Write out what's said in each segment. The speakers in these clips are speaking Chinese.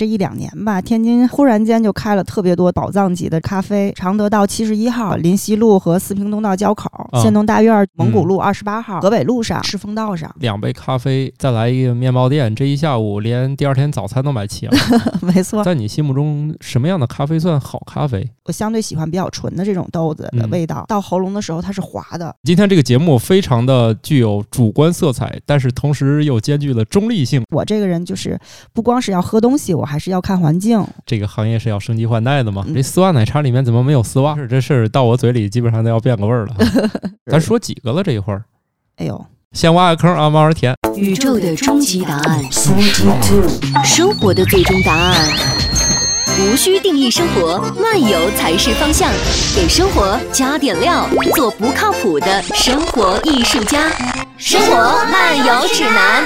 这1-2年吧，天津忽然间就开了特别多宝藏级的咖啡，常德道71号、临西路和四平东道交口、县东大院蒙古路28号、河北路上、赤峰道上。 2杯咖啡，再来一个面包店，这一下午连第二天早餐都买齐了。 没错。 在你心目中，什么样的咖啡算好咖啡？ 我相对喜欢比较纯的这种豆子的味道，到喉咙的时候它是滑的。 今天这个节目非常的具有主观色彩，但是同时又兼具了中立性。 我这个人就是不光是要喝东西，我还是要看环境。 这个行业是要升级换代的嘛？这丝袜奶茶里面怎么没有丝袜？这事儿到我嘴里基本上都要变个味儿了。咱说几个了这一会儿？ 哎呦， 先挖个坑啊，慢慢填。 宇宙的终极答案，生活的最终答案。无需定义生活，漫游才是方向。给生活加点料，做不靠谱的生活艺术家。生活漫游指南。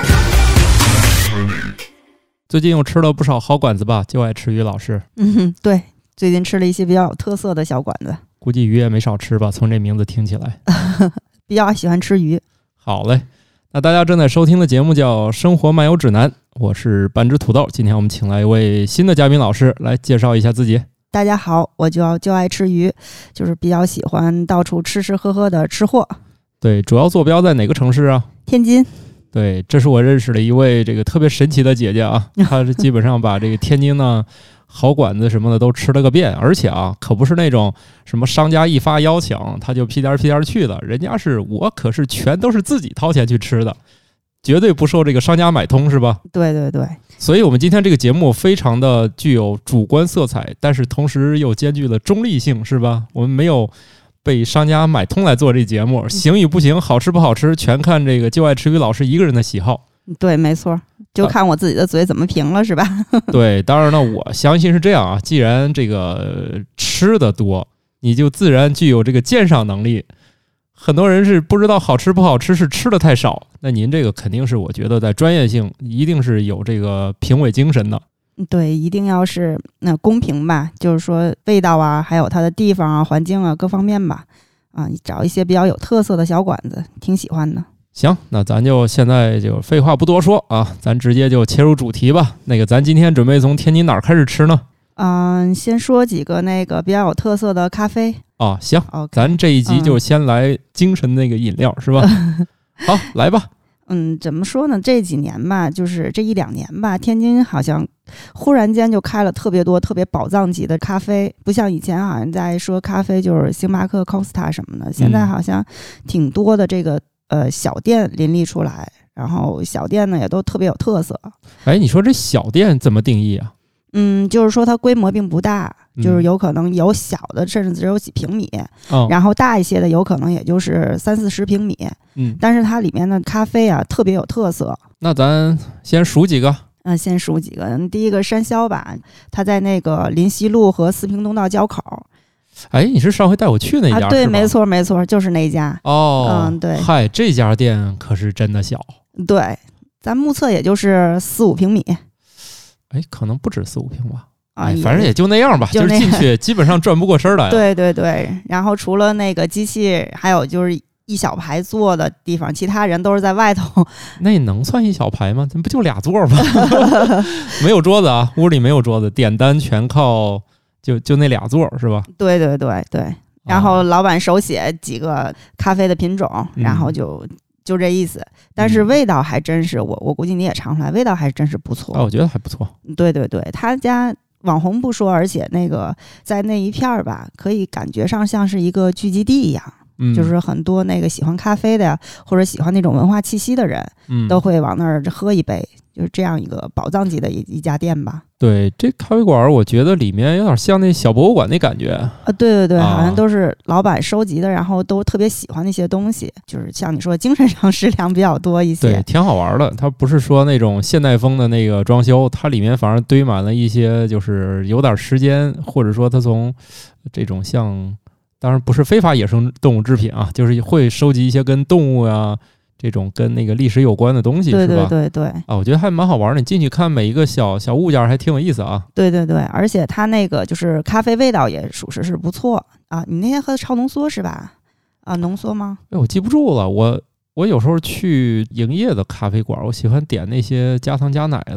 最近又吃了不少好馆子吧？就爱吃鱼老师。 对，最近吃了一些比较有特色的小馆子。 估计鱼也没少吃吧？从这名字听起来， 比较喜欢吃鱼。 好嘞，那大家正在收听的节目叫《生活漫游指南》，我是半只土豆。今天我们请来一位新的嘉宾老师来介绍一下自己。 大家好，我就爱吃鱼，就是比较喜欢到处吃吃喝喝的吃货。 对，主要坐标在哪个城市啊？ 天津。 对，这是我认识的一位这个特别神奇的姐姐啊，她是基本上把这个天津呢好馆子什么的都吃了个遍，而且啊，可不是那种什么商家一发邀请他就屁颠儿屁颠儿去的，人家是我可是全都是自己掏钱去吃的，绝对不受这个商家买通，是吧？ 对对对。 所以我们今天这个节目非常的具有主观色彩，但是同时又兼具了中立性，是吧？我们没有被商家买通来做这节目，行与不行，好吃不好吃，全看这个就爱吃鱼老师一个人的喜好。 对，没错，就看我自己的嘴怎么评了，是吧？ 对，当然呢，我相信是这样啊。既然这个吃的多，你就自然具有这个鉴赏能力。很多人是不知道好吃不好吃，是吃的太少。那您这个肯定是，我觉得在专业性一定是有这个评委精神的。 对，一定要是公平吧，就是说味道啊，还有它的地方啊、环境啊各方面吧。你找一些比较有特色的小馆子，挺喜欢的。 行，那咱就现在就废话不多说啊，咱直接就切入主题吧。那个，咱今天准备从天津哪儿开始吃呢？ 先说几个那个比较有特色的咖啡。 行，咱这一集就先来精神那个饮料，是吧？好，来吧。 怎么说呢？这几年吧，就是这1-2年吧，天津好像忽然间就开了特别多特别宝藏级的咖啡，不像以前好像在说咖啡就是星巴克、Costa 什么的，现在好像挺多的这个小店林立出来，然后小店呢也都特别有特色。 哎，你说这小店怎么定义啊？ 就是说它规模并不大，就是有可能有小的甚至只有几平米，然后大一些的有可能也就是30-40平米，但是它里面的咖啡啊特别有特色。那咱先数几个。 先数几个。第一个山魈吧，它在那个临西路和四平东道交口。 哎，你是上回带我去那家？ 对，没错没错，就是那家。对。 嗨，这家店可是真的小。 对，咱目测也就是4-5平米。 哎，可能不止4-5平吧。反正也就那样吧，就是进去基本上转不过身来。 对对对，然后除了那个机器，还有就是一小排坐的地方，其他人都是在外头。 那能算一小排吗？咱不就俩座吗？没有桌子啊，屋里没有桌子，点单全靠就那俩座是吧？对对对对。然后老板手写几个咖啡的品种，然后就这意思。但是味道还真是，我估计你也尝出来，味道还真是不错。我觉得还不错。对对对，他家网红不说，而且那个在那一片吧，可以感觉上像是一个聚集地一样。就是很多那个喜欢咖啡的呀，或者喜欢那种文化气息的人，都会往那儿喝一杯，就是这样一个宝藏级的一家店吧。对，这咖啡馆我觉得里面有点像那小博物馆那感觉啊。对对对，好像都是老板收集的，然后都特别喜欢那些东西，就是像你说精神上食粮比较多一些。对，挺好玩的。它不是说那种现代风的那个装修，它里面反而堆满了一些就是有点时间，或者说它从这种像。当然不是非法野生动物制品啊，就是会收集一些跟动物啊这种跟那个历史有关的东西，是吧？对对对对。我觉得还蛮好玩的，你进去看每一个小物件还挺有意思啊。对对对，而且它那个就是咖啡味道也属实是不错啊。你那天喝的超浓缩是吧？浓缩吗？我记不住了，我有时候去营业的咖啡馆，我喜欢点那些加糖加奶的。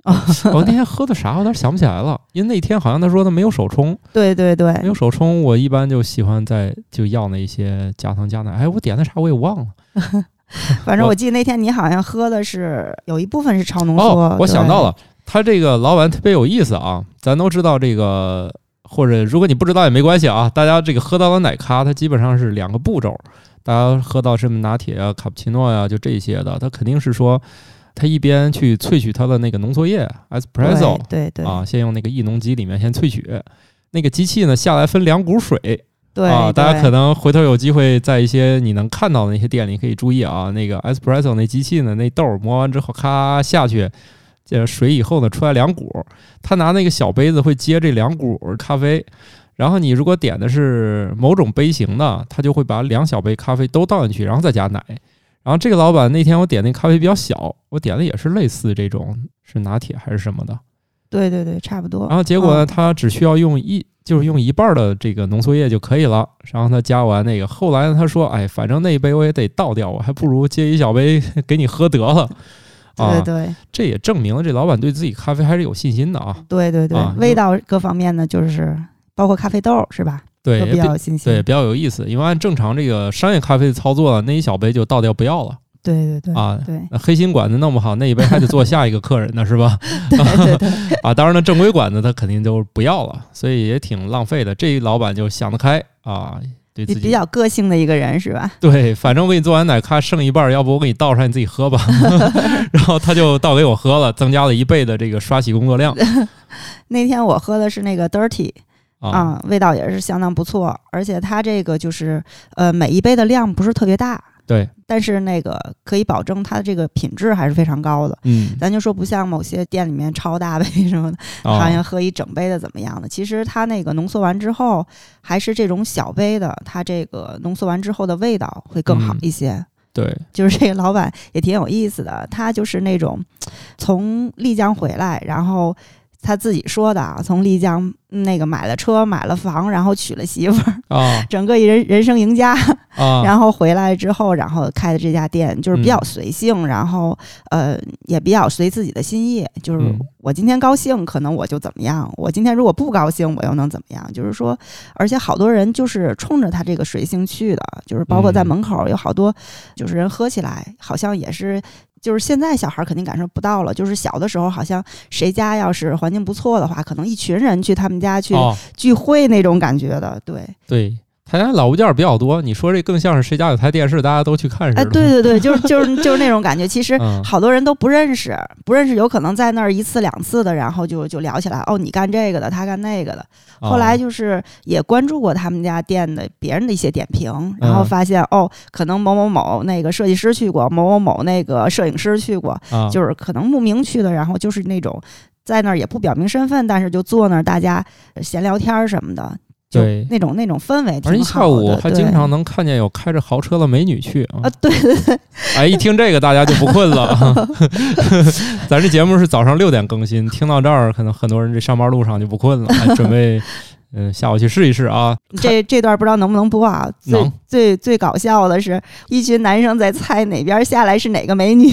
我那天喝的啥，我有点想不起来了，因为那天好像他说他没有手冲。 对对对， 没有手冲，我一般就喜欢就要那些加糖加奶。哎，我点的啥我也忘了。 反正我记得那天你好像喝的是有一部分是超浓缩。 我想到了，他这个老板特别有意思啊。咱都知道这个，或者如果你不知道也没关系啊。大家这个喝到的奶咖，它基本上是2个步骤。大家喝到什么拿铁啊、卡布奇诺呀，就这些的，它肯定是说，它一边去萃取它的那个浓缩液 espresso， 对啊， 先用那个意浓机里面先萃取，那个机器呢下来分2股水。 对大家可能回头有机会在一些你能看到的那些店里可以注意啊，那个 espresso 那机器呢，那豆磨完之后咔下去，这水以后呢出来2股，他拿那个小杯子会接这2股咖啡，然后你如果点的是某种杯型的，他就会把2小杯咖啡都倒进去，然后再加奶。然后这个老板那天我点那咖啡比较小，我点的也是类似这种，是拿铁还是什么的。 对对对，差不多。 然后结果呢，他只需要用一半的这个浓缩液就可以了。然后他加完那个，后来呢他说，哎，反正那一杯我也得倒掉，我还不如接一小杯给你喝得了。 对对， 这也证明了这老板对自己咖啡还是有信心的啊。 对对对，味道各方面呢，就是包括咖啡豆是吧？ 对， 都比较有信心。 对，比较有意思。因为按正常这个商业咖啡的操作，那一小杯就倒掉不要了。 对对对对，黑心馆子弄不好，那一杯还得做下一个客人呢，是吧？ 对对当然了，正规馆子他肯定就不要了，所以也挺浪费的。这老板就想得开啊，对自己比较个性的一个人是吧？ 对，反正我给你做完奶咖剩一半，要不我给你倒上，你自己喝吧。然后他就倒给我喝了，增加了1倍的这个刷洗工作量。 那天我喝的是那个 Dirty。味道也是相当不错，而且它这个就是每一杯的量不是特别大， 对， 但是那个可以保证它的这个品质还是非常高的。咱就说不像某些店里面超大杯什么的，好像喝一整杯的怎么样的，其实它那个浓缩完之后还是这种小杯的，它这个浓缩完之后的味道会更好一些。 对， 就是这个老板也挺有意思的，他就是那种从丽江回来，然后他自己说的啊，从丽江那个买了车买了房，然后娶了媳妇儿，整个人生赢家。然后回来之后，然后开的这家店就是比较随性，然后也比较随自己的心意，就是我今天高兴可能我就怎么样，我今天如果不高兴我又能怎么样，就是说，而且好多人就是冲着他这个随性去的，就是包括在门口有好多就是人喝起来好像也是，就是现在小孩肯定感受不到了，就是小的时候好像谁家要是环境不错的话，可能一群人去他们家去聚会那种感觉的。对， 他家老物件比较多，你说这更像是谁家有台电视大家都去看似的。 对对对，就是那种感觉。其实好多人都不认识，有可能在那儿1次2次的，然后就聊起来，哦，你干这个的，他干那个的。后来就是也关注过他们家店的别人的一些点评，然后发现可能某某某那个设计师去过，某某某那个摄影师去过，就是可能慕名去的，然后就是那种在那儿也不表明身份，但是就坐那儿大家闲聊天什么的。 对， 那种氛围挺好的， 而且下午还经常能看见有开着豪车的美女去啊。 对对对， 哎，一听这个大家就不困了。咱这节目是早上6点更新，听到这儿可能很多人这上班路上就不困了，准备下午去试一试啊。 这段不知道能不能播啊？最搞笑的是一群男生在猜哪边下来是哪个美女。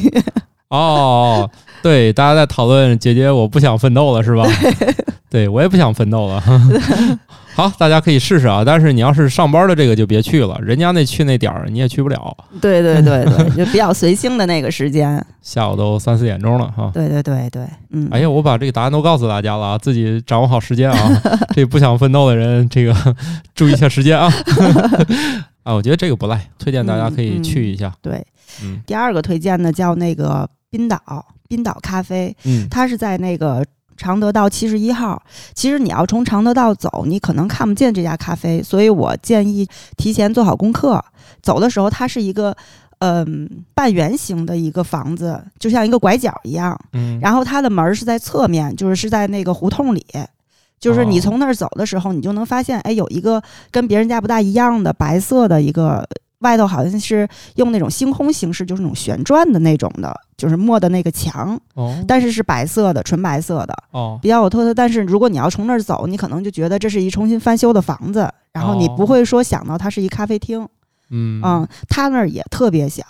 对，大家在讨论姐姐我不想奋斗了是吧？对，我也不想奋斗了。好，大家可以试试啊，但是你要是上班的这个就别去了，人家去那点儿你也去不了。 对对对对，就比较随性的那个时间， 下午都3、4点钟了哈。 对对对对， 哎呀，我把这个答案都告诉大家了啊，自己掌握好时间啊。这不想奋斗的人，这个注意一下时间啊。我觉得这个不赖，推荐大家可以去一下。 对，第二个推荐的叫那个冰岛咖啡，它是在那个常德道71号。其实你要从常德道走，你可能看不见这家咖啡，所以我建议提前做好功课。走的时候，它是一个半圆形的一个房子，就像一个拐角一样。然后它的门是在侧面，是在那个胡同里。就是你从那儿走的时候，你就能发现，有一个跟别人家不大一样的白色的一个。外头好像是用那种星空形式，就是那种旋转的那种的，就是磨的那个墙，但是是白色的，纯白色的，比较有特色。但是如果你要从那儿走，你可能就觉得这是一重新翻修的房子，然后你不会说想到它是一咖啡厅。它那儿也特别小，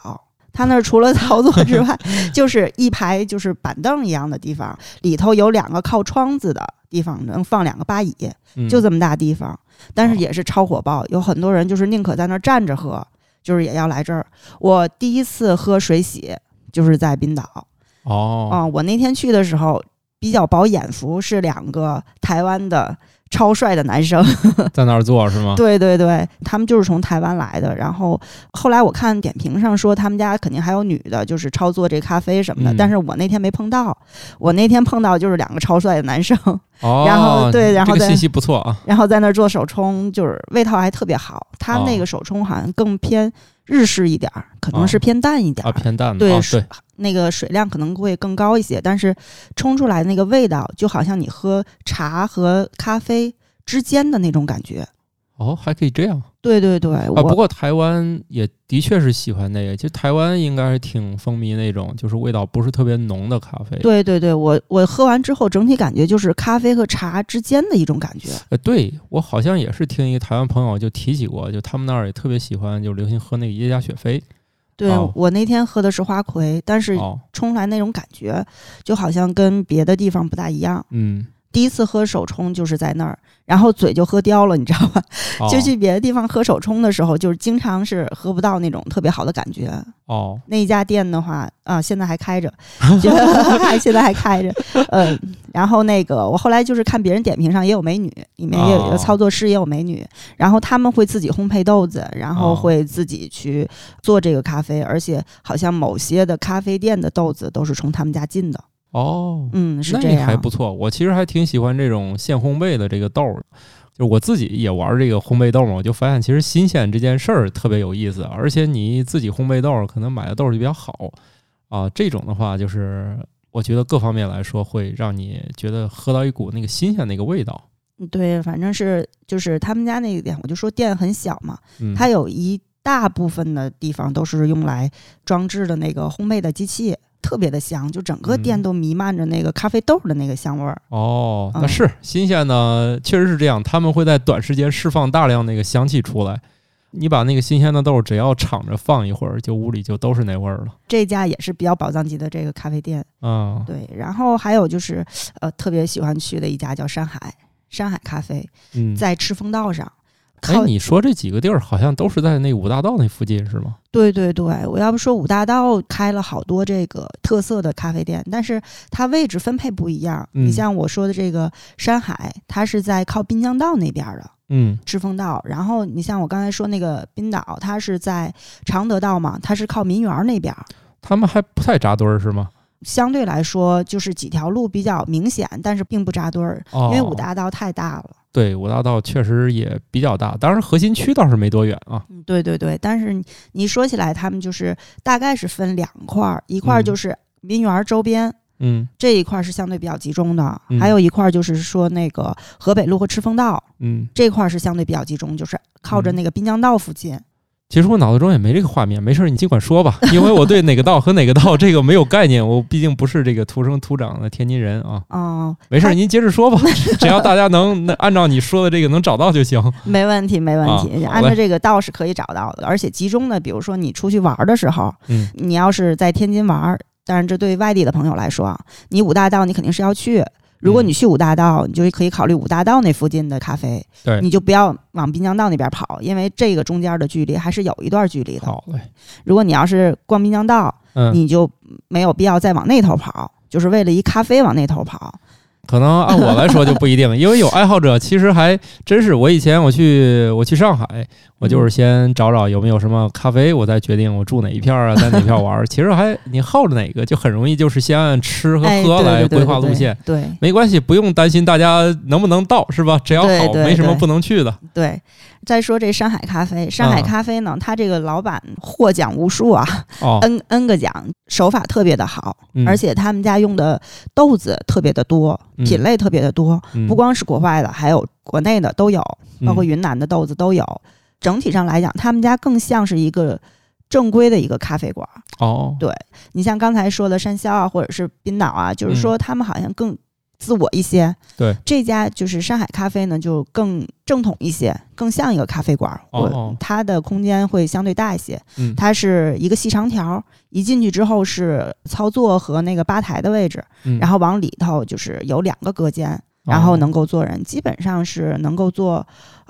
他那儿除了操作之外，就是一排就是板凳一样的地方，里头有2个靠窗子的地方，能放2个吧椅，就这么大地方。但是也是超火爆，有很多人就是宁可在那儿站着喝，就是也要来这儿。我第一次喝水洗就是在冰岛。我那天去的时候比较饱眼福，是2个台湾的超帅的男生在那儿做是吗？ 对对对，他们就是从台湾来的。然后后来我看点评上说他们家肯定还有女的，就是操作这咖啡什么的，但是我那天没碰到。我那天碰到就是2个超帅的男生。然后对，然后这个信息不错啊。 然后在那儿做手冲，就是味道还特别好。他那个手冲好像更偏日式一点，可能是偏淡一点。 偏淡的。 对， 对， 那个水量可能会更高一些，但是冲出来那个味道就好像你喝茶和咖啡之间的那种感觉。 还可以这样。 对对对。 不过台湾也的确是喜欢那个，其实台湾应该是挺风靡那种就是味道不是特别浓的咖啡。 对对对，我喝完之后整体感觉就是咖啡和茶之间的一种感觉。 对，我好像也是听一个台湾朋友就提起过，就他们那儿也特别喜欢，就流行喝那个耶加雪菲。 对，我那天喝的是花魁，但是冲出来那种感觉就好像跟别的地方不大一样。第一次喝手冲就是在那儿，然后嘴就喝刁了，你知道吧？就去别的地方喝手冲的时候，就是经常是喝不到那种特别好的感觉。那一家店的话，现在还开着，现在还开着。然后那个我后来就是看别人点评上也有美女，里面也有操作师也有美女，然后他们会自己烘焙豆子，然后会自己去做这个咖啡，而且好像某些的咖啡店的豆子都是从他们家进的。是这样。 那还不错。我其实还挺喜欢这种现烘焙的这个豆，就我自己也玩这个烘焙豆嘛，我就发现其实新鲜这件事儿特别有意思，而且你自己烘焙豆可能买的豆就比较好这种的话就是我觉得各方面来说会让你觉得喝到一股那个新鲜那个味道。 对，反正是就是他们家那个店，我就说店很小嘛，它有一大部分的地方都是用来装置的那个烘焙的机器，特别的香，就整个店都弥漫着那个咖啡豆的那个香味儿。 那是新鲜的，确实是这样，他们会在短时间释放大量那个香气出来。你把那个新鲜的豆只要敞着放一会儿，就屋里就都是那味儿了。 这家也是比较宝藏级的这个咖啡店。对。然后还有就是特别喜欢去的一家叫山海咖啡，在赤峰道上。 你说这几个地儿好像都是在那五大道那附近是吗？ 对对对，我要不说五大道开了好多这个特色的咖啡店，但是它位置分配不一样。你像我说的这个山海，它是在靠滨江道那边的，赤峰道。然后你像我刚才说那个冰岛，它是在常德道嘛，它是靠民园那边。 他们还不太扎堆儿是吗？ 相对来说就是几条路比较明显，但是并不扎堆儿，因为五大道太大了。 对，五大道确实也比较大，当然核心区倒是没多远啊。 对对对，但是你说起来，他们就是大概是分2块，一块就是民园周边，这一块是相对比较集中的，还有一块就是说那个河北路和赤峰道，这块是相对比较集中，就是靠着那个滨江道附近。 其实我脑子中也没这个画面，没事你尽管说吧，因为我对哪个道和哪个道这个没有概念，我毕竟不是这个土生土长的天津人啊。没事您接着说吧，只要大家能按照你说的这个能找到就行。 没问题没问题，按照这个道是可以找到的，而且集中的，比如说你出去玩的时候，你要是在天津玩，当然这对外地的朋友来说，你五大道你肯定是要去。如果你去五大道，你就可以考虑五大道那附近的咖啡，你就不要往滨江道那边跑，因为这个中间的距离还是有一段距离的。如果你要是逛滨江道，你就没有必要再往那头跑，就是为了一咖啡往那头跑。 可能按我来说就不一定了，因为有爱好者其实还真是。我以前我去上海，我就是先找找有没有什么咖啡，我再决定我住哪一片啊，在哪片玩。其实还你好着哪个，就很容易就是先按吃和喝来规划路线。 对， 没关系，不用担心大家能不能到，是吧？只要好，没什么不能去的。 对。再说这山海咖啡，山海咖啡呢，它这个老板获奖无数啊，N 个奖，手法特别的好，而且他们家用的豆子特别的多，品类特别的多，不光是国外的，还有国内的都有，包括云南的豆子都有。整体上来讲，他们家更像是一个正规的一个咖啡馆。对，你像刚才说的山魈啊，或者是冰岛啊，就是说他们好像更自我一些。 对， 这家就是山海咖啡呢，就更正统一些，更像一个咖啡馆。它的空间会相对大一些。它是一个细长条，一进去之后是操作和那个吧台的位置，然后往里头就是有2个隔间，然后能够坐人，基本上是能够坐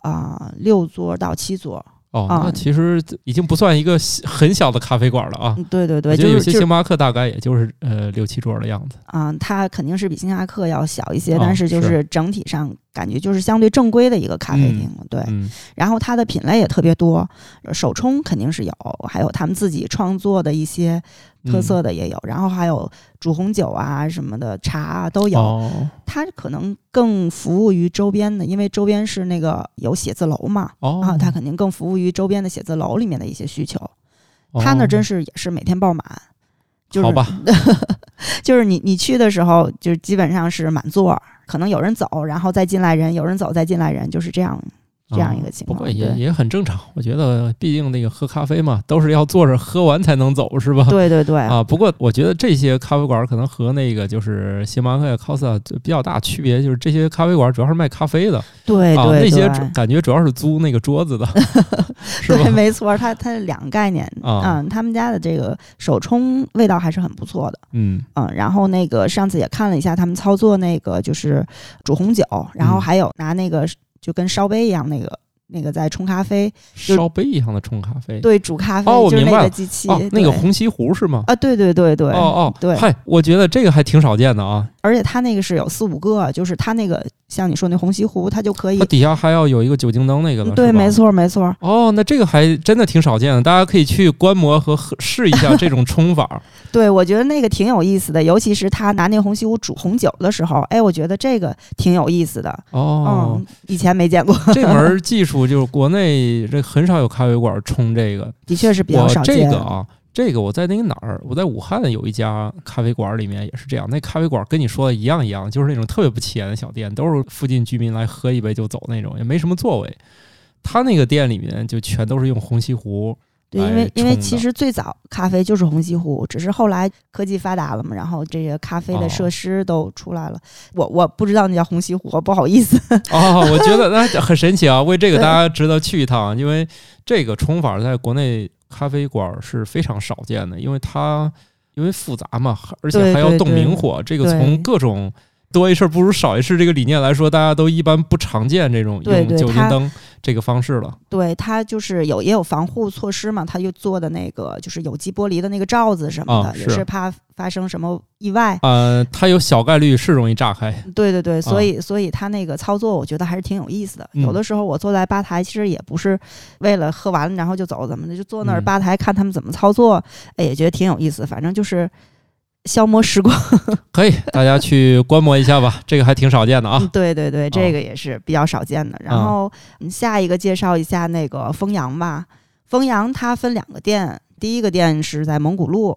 6桌到7桌。 那其实已经不算一个很小的咖啡馆了啊。 对对对， 我觉得有些星巴克大概也就是6、7桌的样子。 它肯定是比星巴克要小一些，但是就是整体上感觉就是相对正规的一个咖啡厅。对，然后它的品类也特别多，手冲肯定是有，还有他们自己创作的一些特色的也有，然后还有煮红酒啊什么的茶啊都有。它可能更服务于周边的，因为周边是那个有写字楼嘛，它肯定更服务于周边的写字楼里面的一些需求。它那真是也是每天爆满，就是好吧， 就是你去的时候，就基本上是满座，可能有人走，然后再进来人，有人走再进来人，就是这样一个情况。 不过也很正常，我觉得毕竟那个喝咖啡嘛，都是要坐着喝完才能走，是吧？ 对对对不过我觉得这些咖啡馆可能和那个就是星巴克、Costa 比较大区别，就是这些咖啡馆主要是卖咖啡的， 对对那些感觉主要是租那个桌子的，是吧？ 对，没错，它2个概念他们家的这个手冲味道还是很不错的，然后那个上次也看了一下他们操作那个就是煮红酒，然后还有拿那个。就跟烧杯一样，那个在冲咖啡， 烧杯一样的冲咖啡， 对，煮咖啡。 我明白了， 机器， 那个红西湖是吗？ 对对对对，对。 嗨，我觉得这个还挺少见的啊。 而且它那个是有4、5个，就是它那个像你说那红西湖，它就可以， 它底下还要有一个酒精灯那个了， 对，没错没错。 那这个还真的挺少见的，大家可以去观摩和试一下这种冲法。 对，我觉得那个挺有意思的，尤其是他拿那红西湖煮红酒的时候，我觉得这个挺有意思的。以前没见过这门技术，就是国内这很少有咖啡馆冲这个， 的确是比较少见。 这个我在那个哪儿？我在武汉有一家咖啡馆，里面也是这样。那咖啡馆跟你说的一样，就是那种特别不起眼的小店，都是附近居民来喝一杯就走那种，也没什么座位。他那个店里面就全都是用红西湖。 对，因为其实最早咖啡就是红西湖，只是后来科技发达了嘛，然后这个咖啡的设施都出来了。我不知道那叫红西湖，不好意思。 我觉得那很神奇啊！为这个大家值得去一趟，因为这个冲法在国内咖啡馆是非常少见的，因为复杂嘛，而且还要动明火。这个从各种多一事不如少一事这个理念来说，大家都一般不常见这种用酒精灯这个方式了。 对，它就是也有防护措施嘛，它又做的那个就是有机玻璃的那个罩子什么的，也是怕发生什么意外。 它有小概率是容易炸开。 对对对，所以它那个操作我觉得还是挺有意思的。有的时候我坐在吧台，其实也不是为了喝完了然后就走怎么的，就坐那儿吧台看他们怎么操作，也觉得挺有意思。反正就是消磨时光。 可以，大家去观摩一下吧，这个还挺少见的啊。 对对对，这个也是比较少见的。然后下一个介绍一下那个丰阳吧。丰阳它分2个店，第一个店是在蒙古路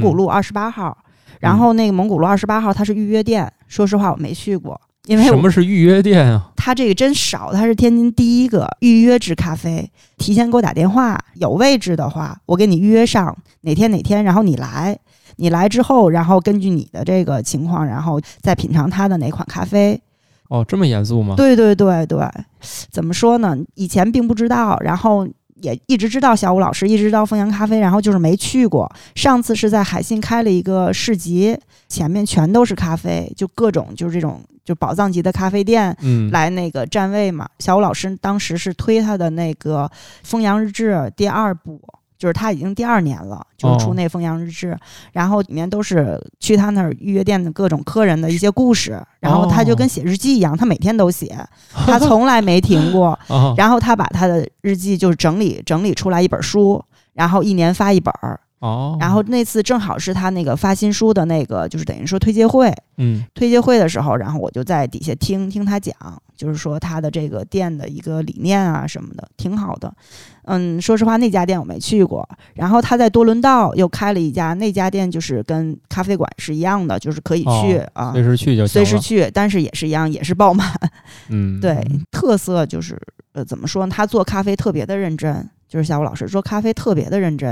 28号，然后那个蒙古路28号它是预约店，说实话我没去过。因为什么是预约店啊？ 它这个真少，它是天津第一个预约制咖啡，提前给我打电话，有位置的话我给你预约上哪天，然后你来之后，然后根据你的这个情况，然后再品尝它的哪款咖啡。 这么严肃吗？ 对对对对，怎么说呢？以前并不知道，然后也一直知道小武老师，一直知道丰阳咖啡，然后就是没去过。上次是在海信开了一个市集，前面全都是咖啡，就各种就是这种就宝藏级的咖啡店来那个占位嘛。小武老师当时是推他的那个丰阳日志第2部。就是他已经第2年了，就是出那丰阳日志，然后里面都是去他那儿预约店的各种客人的一些故事，然后他就跟写日记一样，他每天都写，他从来没停过，然后他把他的日记就是整理出来一本书，然后1年发1本。然后那次正好是他那个发新书的那个，就是等于说推介会，推介会的时候，然后我就在底下听他讲，就是说他的这个店的一个理念啊什么的，挺好的。说实话那家店我没去过，然后他在多伦道又开了一家，那家店就是跟咖啡馆是一样的，就是可以去随时去就行了， 随时去，但是也是一样，也是爆满。对，特色就是怎么说呢？他做咖啡特别的认真，就是小武老师做咖啡特别的认真。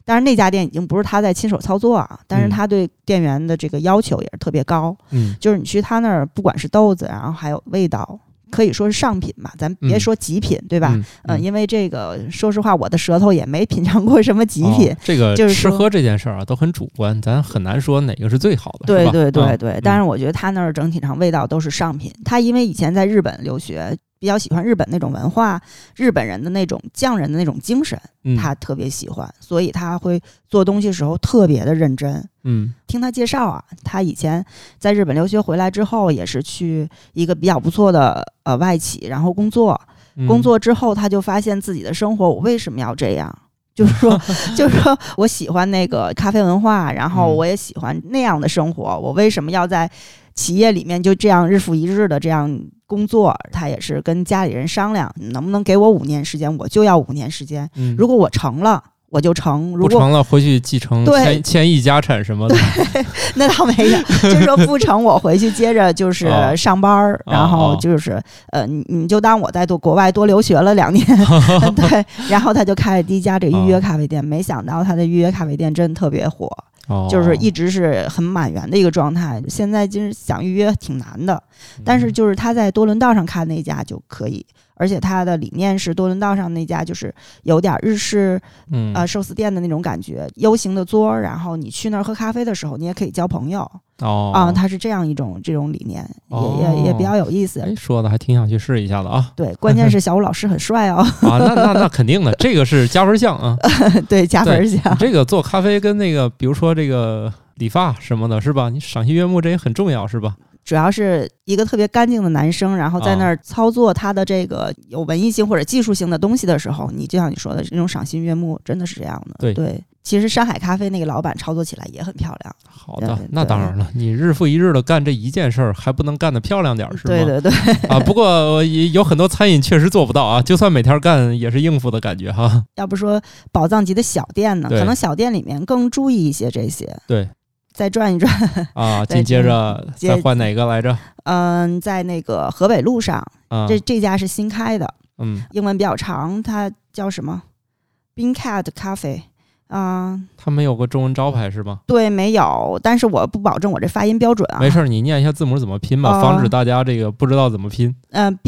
当然那家店已经不是他在亲手操作啊，但是他对店员的这个要求也是特别高。就是你去他那儿，不管是豆子，然后还有味道，可以说是上品吧，咱别说极品，对吧？因为这个说实话，我的舌头也没品尝过什么极品。 这个就是吃喝这件事儿啊，都很主观，咱很难说哪个是最好的。 对对对对，但是我觉得他那儿整体上味道都是上品。他因为以前在日本留学，比较喜欢日本那种文化，日本人的那种匠人的那种精神，他特别喜欢，所以他会做东西的时候特别的认真。听他介绍啊，他以前在日本留学回来之后，也是去一个比较不错的外企，然后工作之后，他就发现自己的生活，我为什么要这样？就是说我喜欢那个咖啡文化，然后我也喜欢那样的生活，我为什么要在企业里面就这样日复一日的这样工作？他也是跟家里人商量，能不能给我5年时间，我就要5年时间。如果我成了，我就成；如果不成了，回去继承千亿家产什么的。 那倒没有，就是说不成，我回去接着就是上班，然后就是你就当我在国外多留学了2年。对，然后他就开了第一家这个预约咖啡店，没想到他的预约咖啡店真的特别火。就是一直是很满员的一个状态，现在就是想预约挺难的，但是就是他在多伦道上开那家就可以，而且他的理念是多伦道上那家就是有点日式寿司店的那种感觉，U型的桌，然后你去那儿喝咖啡的时候，你也可以交朋友。它是这样这种理念，也比较有意思。 说的还挺想去试一下的啊。 对，关键是小武老师很帅哦。 那肯定的，这个是加分项啊。 对，加分项。 这个做咖啡跟那个，比如说这个理发什么的，是吧？你赏心悦目，这也很重要，是吧？ 主要是一个特别干净的男生，然后在那儿操作他的这个有文艺性或者技术性的东西的时候，你就像你说的那种赏心悦目，真的是这样的。对，其实山海咖啡那个老板操作起来也很漂亮。 好的，那当然了，你日复一日的干这一件事儿，还不能干得漂亮点是吗？ 对不过有很多餐饮确实做不到啊，就算每天干也是应付的感觉哈。 要不说宝藏级的小店呢，可能小店里面更注意一些这些。 对。 再转一转啊，紧接着再换哪个来着？ 在那个河北路上，这家是新开的，英文比较长，它叫什么 ？Beancat 咖啡它没有个中文招牌是吗？ 对，没有，但是我不保证我这发音标准啊。 没事，你念一下字母怎么拼吧，防止大家这个不知道怎么拼。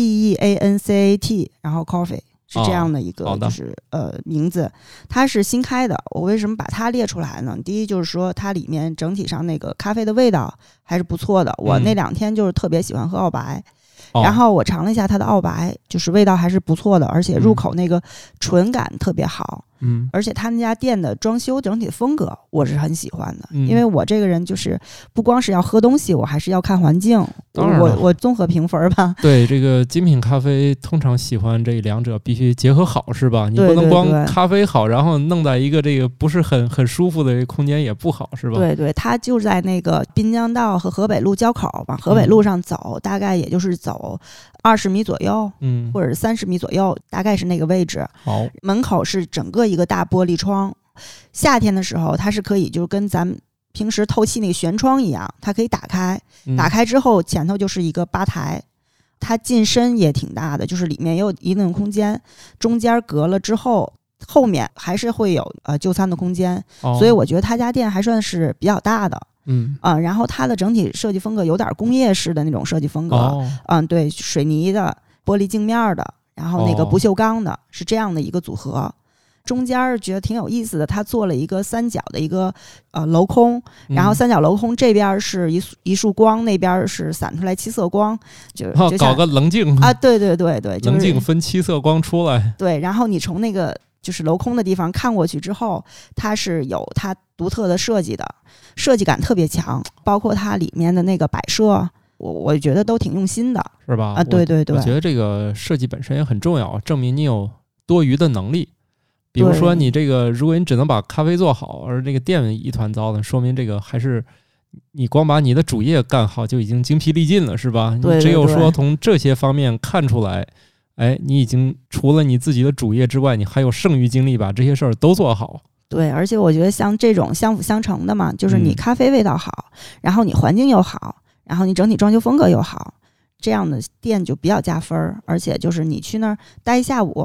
BEANCAT， 然后 coffee。是这样的一个就是名字，它是新开的。我为什么把它列出来呢？第一就是说它里面整体上那个咖啡的味道还是不错的。我那2天就是特别喜欢喝澳白，然后我尝了一下它的澳白，就是味道还是不错的，而且入口那个醇感特别好。而且他那家店的装修整体的风格我是很喜欢的，因为我这个人就是不光是要喝东西，我还是要看环境。我综合评分吧。 对，这个精品咖啡通常喜欢这2者必须结合好，是吧？你不能光咖啡好，然后弄在一个这个不是很舒服的空间也不好，是吧？ 对，它就在那个滨江道和河北路交口，往河北路上走，大概也就是走20米左右，或者30米左右，大概是那个位置。 好， 门口是整个一个大玻璃窗，夏天的时候它是可以就是跟咱们平时透气那个悬窗一样，它可以打开，打开之后前头就是一个吧台，它进深也挺大的，就是里面也有一定空间，中间隔了之后后面还是会有就餐的空间，所以我觉得他家店还算是比较大的。然后它的整体设计风格有点工业式的那种设计风格。对，水泥的玻璃镜面的，然后那个不锈钢的，是这样的一个组合。中间觉得挺有意思的，他做了一个3角的一个镂空，然后3角镂空这边是一束光，那边是散出来7色光，就搞个棱镜啊，对， 棱镜分7色光出来。 对，然后你从那个就是镂空的地方看过去之后，它是有它独特的设计的，设计感特别强，包括它里面的那个摆设，我觉得都挺用心的， 是吧？ 对， 我觉得这个设计本身也很重要，证明你有多余的能力。比如说你这个，如果你只能把咖啡做好，而这个店一团糟的，说明这个还是你光把你的主业干好就已经精疲力尽了，是吧？ 对， 你只有说从这些方面看出来，你已经除了你自己的主业之外，你还有剩余精力把这些事儿都做好。 对，而且我觉得像这种相辅相成的嘛，就是你咖啡味道好，然后你环境又好，然后你整体装修风格又好，这样的店就比较加分。而且就是你去那儿待一下午，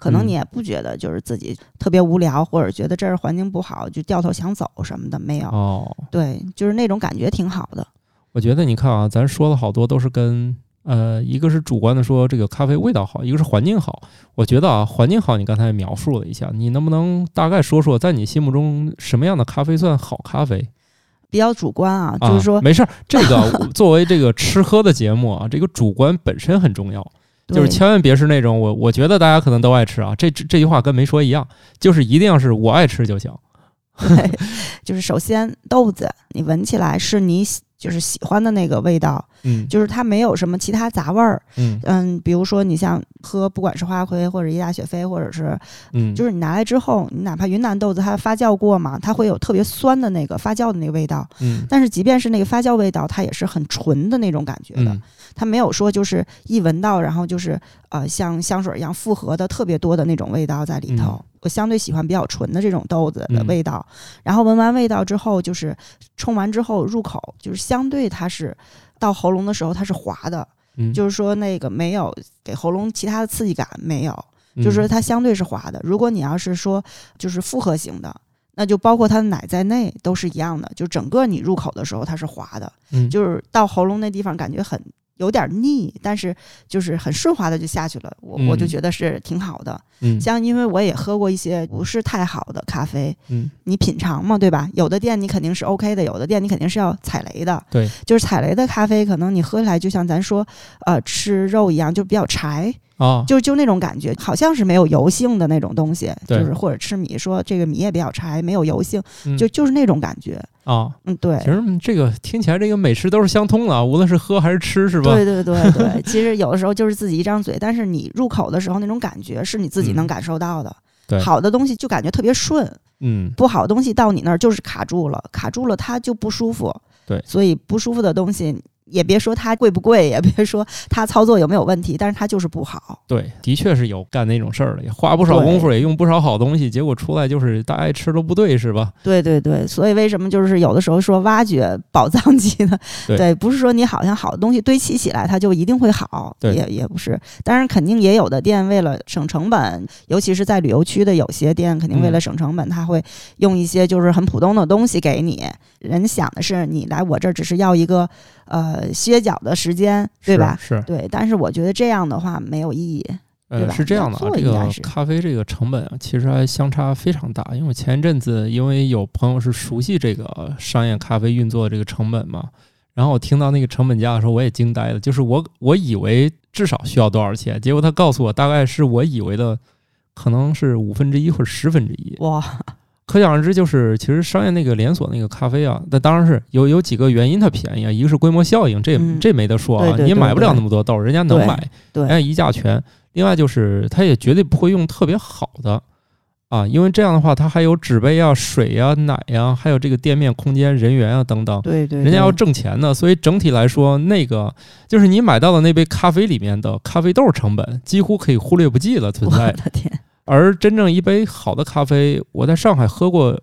可能你也不觉得就是自己特别无聊，或者觉得这儿环境不好就掉头想走什么的，没有。对，就是那种感觉挺好的。 我觉得你看啊，咱说了好多都是跟一个是主观的说这个咖啡味道好，一个是环境好。我觉得啊，环境好你刚才描述了一下，你能不能大概说说在你心目中什么样的咖啡算好咖啡？ 比较主观啊，就是说没事，这个作为这个吃喝的节目啊，这个主观本身很重要，就是千万别是那种我觉得大家可能都爱吃啊，这句话跟没说一样，就是一定要是我爱吃就行。 对，就是首先豆子你闻起来是你就是喜欢的那个味道，就是它没有什么其他杂味儿，比如说你像喝不管是花魁或者伊大雪菲，或者是就是你拿来之后，你哪怕云南豆子它发酵过嘛，它会有特别酸的那个发酵的那个味道，但是即便是那个发酵味道，它也是很纯的那种感觉的，它没有说就是一闻到然后就是像香水一样复合的特别多的那种味道在里头。我相对喜欢比较纯的这种豆子的味道，然后闻完味道之后，就是冲完之后入口，就是相对它是到喉咙的时候它是滑的，就是说那个没有给喉咙其他的刺激感，没有，就是说它相对是滑的。如果你要是说就是复合型的，那就包括它的奶在内都是一样的，就整个你入口的时候它是滑的，就是到喉咙那地方感觉很有点腻，但是就是很顺滑的就下去了，我就觉得是挺好的。像因为我也喝过一些不是太好的咖啡，你品尝嘛，对吧？有的店你肯定是 OK 的，有的店你肯定是要踩雷的。 对， 就是踩雷的咖啡，可能你喝起来就像咱说吃肉一样，就比较柴。就那种感觉，好像是没有油性的那种东西，就是或者吃米，说这个米也比较柴，没有油性，就是那种感觉对。 其实这个听起来这个美食都是相通的，无论是喝还是吃，是吧？ 对。其实有的时候就是自己一张嘴，但是你入口的时候那种感觉是你自己能感受到的。 对， 好的东西就感觉特别顺，不好的东西到你那儿就是卡住了它就不舒服。 对， 所以不舒服的东西。也别说它贵不贵，也别说它操作有没有问题，但是它就是不好。 对，的确是有干那种事儿的，也花不少功夫，也用不少好东西，结果出来就是大家吃都不对，是吧？ 对，所以为什么就是有的时候说挖掘宝藏级呢？对，不是说你好像好的东西堆砌起来它就一定会好，也不是。当然肯定也有的店为了省成本，尤其是在旅游区的有些店肯定为了省成本，他会用一些就是很普通的东西给你，人想的是你来我这儿只是要一个歇脚的时间，对吧？ 是对，但是我觉得这样的话没有意义，对吧？ 是这样的啊，这个咖啡这个成本啊，其实还相差非常大。因为我前一阵子因为有朋友是熟悉这个商业咖啡运作的这个成本嘛，然后我听到那个成本价的时候，我也惊呆了。就是我以为至少需要多少钱，结果他告诉我大概是我以为的可能是1/5或者1/10。哇！可想而知，就是其实商业那个连锁那个咖啡啊，那当然是有几个原因它便宜啊，一个是规模效应，这没得说啊，你买不了那么多豆，人家能买，人家一价全。另外就是它也绝对不会用特别好的啊，因为这样的话它还有纸杯啊、水啊、奶啊，还有这个店面空间、人员啊等等， 对， 人家要挣钱的，所以整体来说，那个就是你买到的那杯咖啡里面的咖啡豆成本几乎可以忽略不计了存在。 我的天！ 而真正一杯好的咖啡，我在上海喝过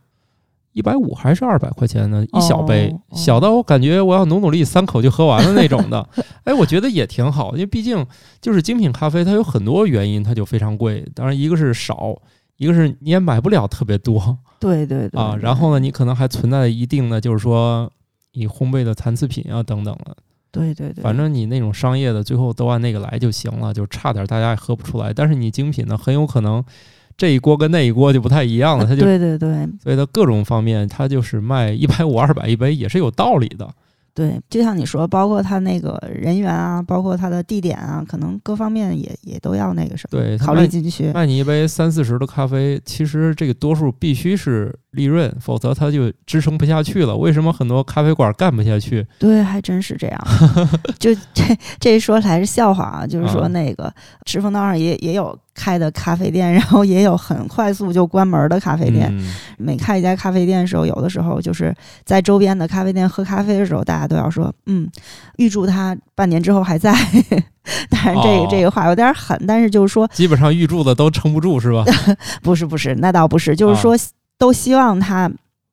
150还是200块钱的一小杯，小到我感觉我要努力3口就喝完了那种的。我觉得也挺好，因为毕竟就是精品咖啡，它有很多原因它就非常贵。当然，一个是少，一个是你也买不了特别多。 对啊，然后呢，你可能还存在一定的就是说你烘焙的残次品啊等等的。 对， 反正你那种商业的最后都按那个来就行了，就差点大家也喝不出来。但是你精品呢，很有可能这一锅跟那一锅就不太一样了，它就对， 所以它各种方面它就是卖150、200一杯也是有道理的。 对，就像你说，包括他那个人员啊，包括他的地点啊，可能各方面也都要那个什么， 对， 考虑进去。 卖你一杯30-40的咖啡，其实这个多数必须是利润，否则它就支撑不下去了。为什么很多咖啡馆干不下去？ 对，还真是这样。就这一说来是笑话啊，就是说那个赤峰道上也有开的咖啡店，然后也有很快速就关门的咖啡店。每开一家咖啡店的时候，有的时候就是在周边的咖啡店喝咖啡的时候，大家都要说预祝他半年之后还在。当然这个话有点狠，但是就是说基本上预祝的都撑不住是吧？ 不是，那倒不是，就是说都希望他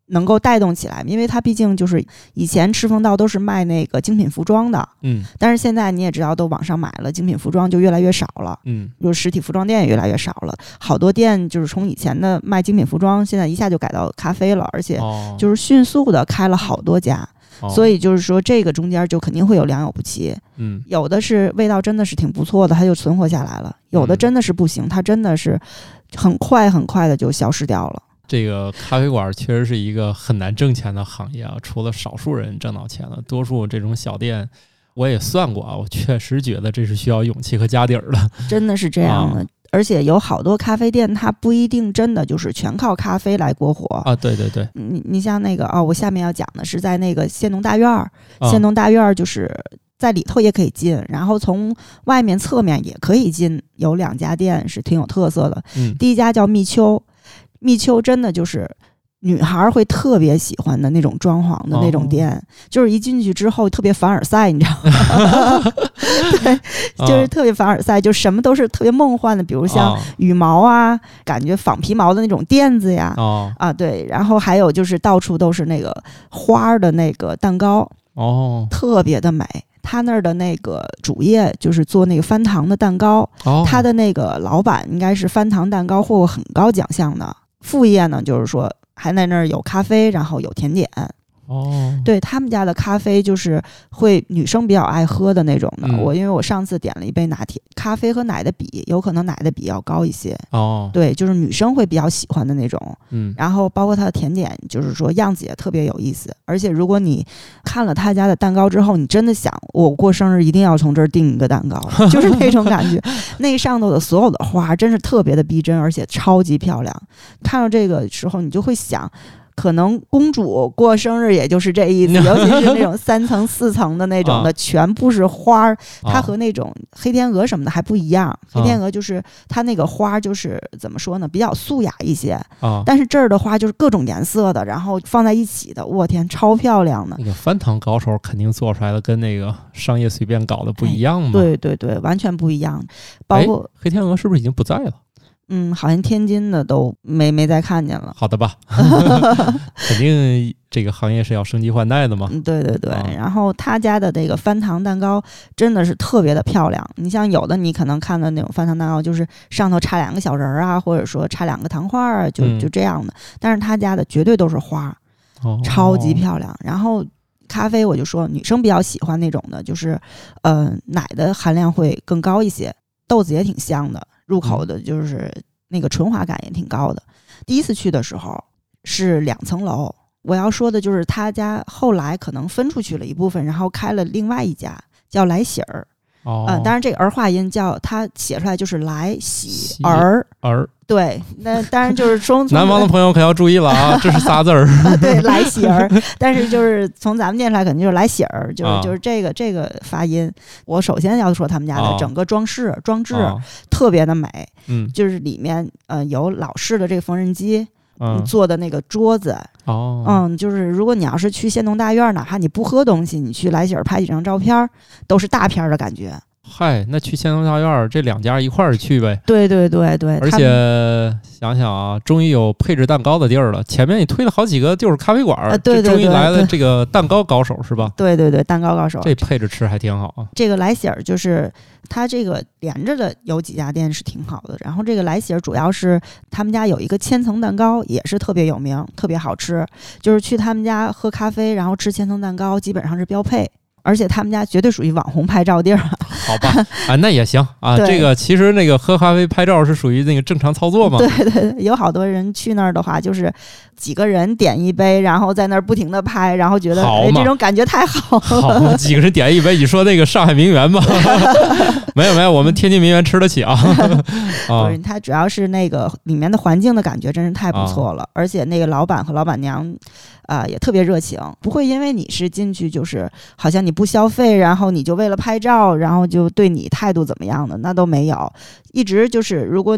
能够带动起来，因为它毕竟就是以前赤峰道都是卖那个精品服装的，但是现在你也知道都网上买了，精品服装就越来越少了，就是实体服装店也越来越少了，好多店就是从以前的卖精品服装，现在一下就改到咖啡了，而且就是迅速的开了好多家，所以就是说这个中间就肯定会有良莠不齐，有的是味道真的是挺不错的，它就存活下来了，有的真的是不行，它真的是很快的就消失掉了。 这个咖啡馆确实是一个很难挣钱的行业啊，除了少数人挣到钱了，多数这种小店我也算过啊，我确实觉得这是需要勇气和家底儿的， 真的是这样的。而且有好多咖啡店它不一定真的就是全靠咖啡来过活啊。对对对， 你像那个我下面要讲的是在那个县农大院，县农大院就是在里头也可以进，然后从外面侧面也可以进，有2家店是挺有特色的。第一家叫蜜秋，蜜秋真的就是女孩会特别喜欢的那种装潢的那种店，就是一进去之后特别凡尔赛，你知道吗？对，就是特别凡尔赛，就什么都是特别梦幻的，比如像羽毛啊，感觉仿皮毛的那种垫子呀，对，然后还有就是到处都是那个花的那个蛋糕，特别的美。他那儿的那个主业就是做那个翻糖的蛋糕，他的那个老板应该是翻糖蛋糕获过很高奖项的。副业呢，就是说还在那儿有咖啡，然后有甜点。对，他们家的咖啡就是会女生比较爱喝的那种的。因为我上次点了一杯拿铁，咖啡和奶的比，有可能奶的比要高一些。对，就是女生会比较喜欢的那种。然后包括它的甜点，就是说样子也特别有意思。而且如果你看了他家的蛋糕之后，你真的想，我过生日一定要从这儿订一个蛋糕，就是那种感觉。那上头的所有的花真是特别的逼真，而且超级漂亮。看到这个时候，你就会想，可能公主过生日也就是这意思，尤其是那种3层4层的那种的，全部是花儿。它和那种黑天鹅什么的还不一样，黑天鹅就是它那个花就是怎么说呢，比较素雅一些。但是这儿的花就是各种颜色的，然后放在一起的，我天，超漂亮的。那个翻糖高手肯定做出来的跟那个商业随便搞的不一样嘛。 对对对，完全不一样。包括黑天鹅是不是已经不在了？ 好像天津的都没再看见了。 好的吧，肯定这个行业是要升级换代的嘛。 对对对，然后他家的这个翻糖蛋糕真的是特别的漂亮。你像有的你可能看的那种翻糖蛋糕，就是上头插2个小人啊，或者说插2个糖花啊，就这样的。但是他家的绝对都是花，超级漂亮。然后咖啡我就说女生比较喜欢那种的，就是奶的含量会更高一些，豆子也挺香的。入口的就是那个纯滑感也挺高的。第一次去的时候是2层楼，我要说的就是他家后来可能分出去了一部分，然后开了另外一家叫来喜儿。当然这个儿化音叫他写出来就是来喜儿。对，那当然就是从南方的朋友可要注意了啊，这是仨字儿。 对，来喜儿，但是就是从咱们念出来肯定就是来喜儿，就是这个发音。我首先要说他们家的整个装置特别的美，就是里面有老式的这个缝纫机。做的那个桌子，就是如果你要是去县农大院，哪怕你不喝东西，你去来喜儿拍几张照片，都是大片的感觉。 嗨，那去县农大院这2家一块儿去呗。 对对对对， 而且想想啊，终于有配置蛋糕的地儿了。前面你推了好几个就是咖啡馆， 对对对， 终于来了这个蛋糕高手是吧？ 对对对，蛋糕高手， 这配着吃还挺好啊。 这个来喜儿就是它这个连着的有几家店是挺好的，然后这个来喜儿主要是他们家有一个千层蛋糕也是特别有名，特别好吃，就是去他们家喝咖啡，然后吃千层蛋糕基本上是标配。而且他们家绝对属于网红拍照地儿。 好吧，那也行啊。这个其实那个喝咖啡拍照是属于那个正常操作嘛。 对对对，有好多人去那儿的话，就是几个人点一杯，然后在那儿不停的拍，然后觉得这种感觉太好了。 好，几个人点一杯，你说那个上海名媛吗？没有，我们天津名媛吃得起啊。 不是，它主要是那个里面的环境的感觉真是太不错了，而且那个老板和老板娘。也特别热情，不会因为你是进去就是好像你不消费，然后你就为了拍照，然后就对你态度怎么样的，那都没有。一直就是如果你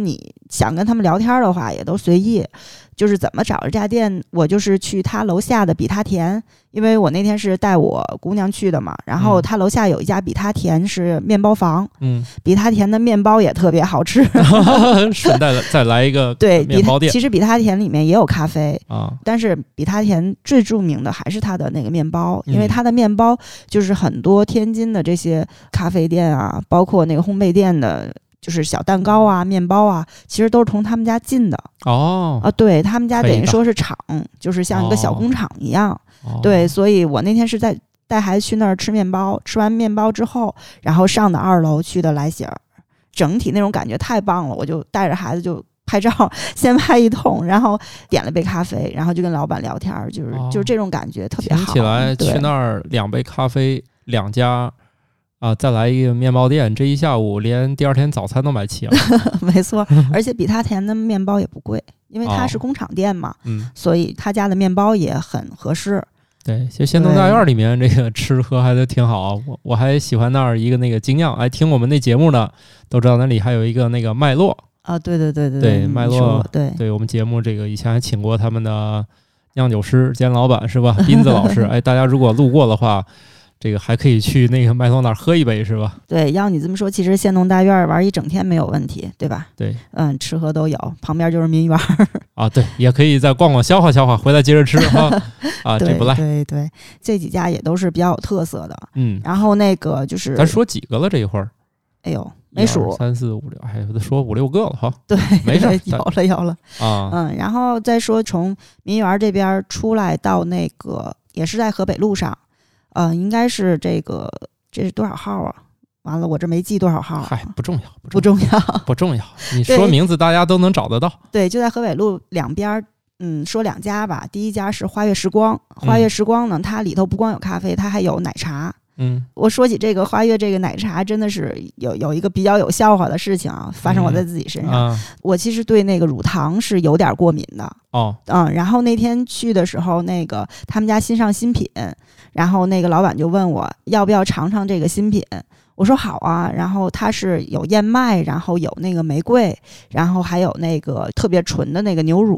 想跟他们聊天的话也都随意。就是怎么找这家店，我就是去他楼下的比他田，因为我那天是带我姑娘去的嘛，然后他楼下有一家比他田是面包房，比他田的面包也特别好吃。 顺带再来一个面包店。 其实比他田里面也有咖啡啊，但是比他田最著名的还是他的那个面包，因为他的面包就是很多天津的这些咖啡店啊，包括那个烘焙店的。就是小蛋糕啊、面包啊，其实都是从他们家进的对他们家等于说是厂，就是像一个小工厂一样。对，所以我那天是在带孩子去那儿吃面包，吃完面包之后，然后上的2楼去的来喜儿，整体那种感觉太棒了，我就带着孩子就拍照，先拍一通，然后点了杯咖啡，然后就跟老板聊天，就是这种感觉特别好。 听起来去那儿2杯咖啡2家。再来一个面包店，这一下午连第2天早餐都买齐了。 没错，而且比他田的面包也不贵，因为它是工厂店嘛，所以他家的面包也很合适。 对，就仙农大院里面这个吃喝还都挺好。我还喜欢那儿一个那个精酿，听我们那节目的都知道那里还有一个那个麦洛啊，对， 麦洛，对我们节目这个以前还请过他们的酿酒师兼老板是吧？斌子老师，大家如果路过的话。这个还可以去那个麦当那儿喝一杯是吧？对， 要你这么说，其实仙农大院玩一整天没有问题，对吧？ 对， 吃喝都有，旁边就是民园对，也可以再逛逛消化消化，回来接着吃这不赖。 对，这几家也都是比较有特色的。然后那个就是咱说几个了这一会儿？ 哎呦，没数 ，3、4、5、6，说5、6个了哈。 对， 没事， 有了然后再说从民园这边出来到那个也是在河北路上。应该是这是多少号啊？完了，我这没记多少号。 嗨，不重要。你说名字大家都能找得到。 对，就在河北路两边。说2家吧。第一家是花月时光，花月时光呢，它里头不光有咖啡，它还有奶茶。我说起这个花月这个奶茶，真的是有一个比较有笑话的事情啊，发生我在自己身上。我其实对那个乳糖是有点过敏的。然后那天去的时候，那个他们家新上新品。然后那个老板就问我要不要尝尝这个新品，我说好啊。然后它是有燕麦，然后有那个玫瑰，然后还有那个特别纯的那个牛乳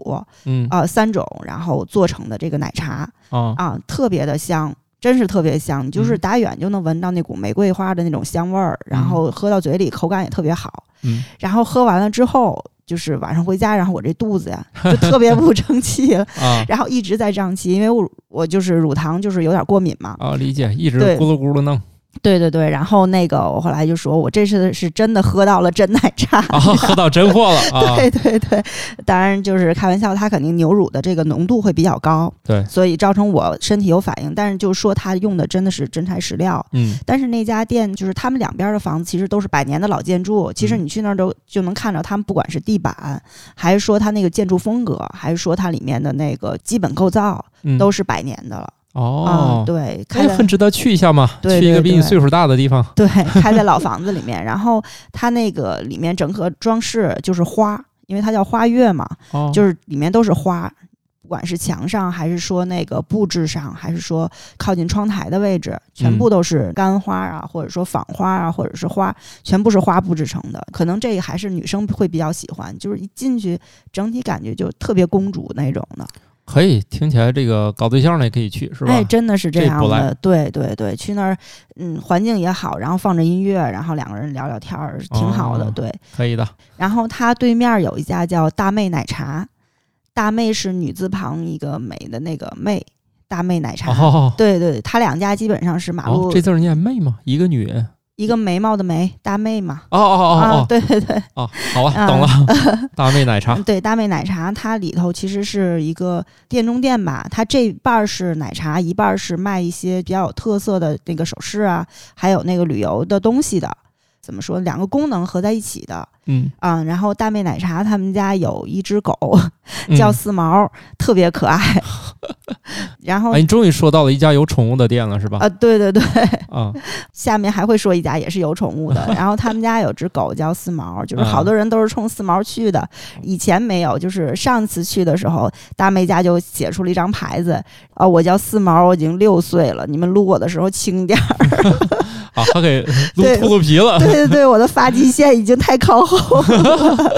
，3种，然后做成的这个奶茶特别的香，真是特别香，你就是打远就能闻到那股玫瑰花的那种香味儿，然后喝到嘴里口感也特别好。然后喝完了之后，就是晚上回家，然后我这肚子呀就特别不争气了然后一直在胀气，因为我就是乳糖就是有点过敏嘛。 理解，一直咕噜咕噜弄。 对，然后那个我后来就说我这次是真的喝到了真奶茶喝到真货了对，当然就是开玩笑，它肯定牛乳的这个浓度会比较高， 对， 所以造成我身体有反应，但是就是说它用的真的是真材实料。但是那家店就是他们两边的房子其实都是100年的老建筑，其实你去那儿就能看到他们不管是地板，还是说它那个建筑风格，还是说它里面的那个基本构造都是100年的了。对， 很值得去一下嘛， 去一个比你岁数大的地方。 对，开在老房子里面，然后它那个里面整个装饰就是花，因为它叫花月嘛，就是里面都是花，不管是墙上还是说那个布置上，还是说靠近窗台的位置，全部都是干花啊，或者说仿花啊，或者是花，全部是花布置成的。可能这个还是女生会比较喜欢，就是一进去整体感觉就特别公主那种的。 可以，听起来这个搞对象的也可以去，是吧？ 真的是这样的。对，去那儿，环境也好，然后放着音乐，然后2个人聊聊天儿，挺好的。对， 可以的。 然后它对面有一家叫大妹奶茶，大妹是女字旁一个美的那个妹，大妹奶茶。对，它2家基本上是马路。 这字念妹吗？一个女人。 一个眉毛的眉，大妹嘛。对。 好吧，懂了。大妹奶茶。 对，大妹奶茶，它里头其实是一个店中店吧，它这半是奶茶，一半是卖一些比较有特色的那个首饰啊，还有那个旅游的东西的。怎么说，2个功能合在一起的。然后大妹奶茶他们家有一只狗叫四毛，特别可爱。然后你终于说到了一家有宠物的店了，是吧？ 对。下面还会说一家也是有宠物的。然后他们家有只狗叫四毛，就是好多人都是冲四毛去的。以前没有，就是上次去的时候，大妹家就写出了一张牌子，我叫四毛，我已经6岁了，你们撸我的时候轻点儿。 他给撸秃噜皮了。 对，我的发际线已经太靠后了。